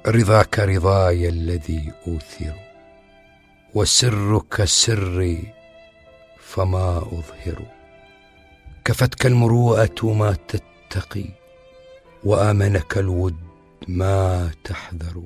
رضاك رضاي الذي أوثر، وسرك سري فما أظهر. كفتك المروءة ما تتقي، وآمنك الود ما تحذر.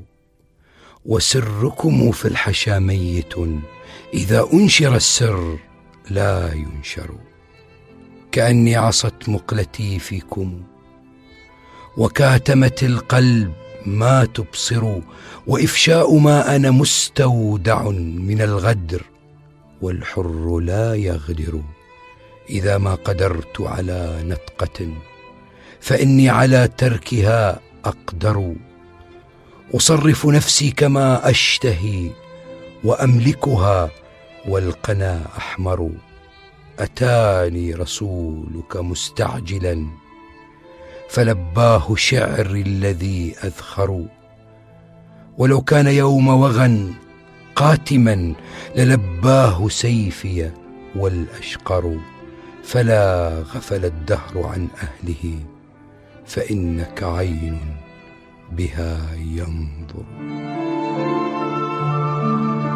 وسركم في الحشا ميت، إذا أنشر السر لا ينشر. كأني عصت مقلتي فيكم، وكاتمت القلب ما تبصر. وإفشاء ما أنا مستودع من الغدر، والحر لا يغدر. إذا ما قدرت على نطقة، فإني على تركها أقدر. أصرف نفسي كما أشتهي، وأملكها والقنا أحمر. أتاني رسولك مستعجلا، فلباه شعري الذي أذخر. ولو كان يوم وغى قاتما، للباه سيفي والأشقر. فلا غفل الدهر عن أهله، فإنك عين بها ينظر.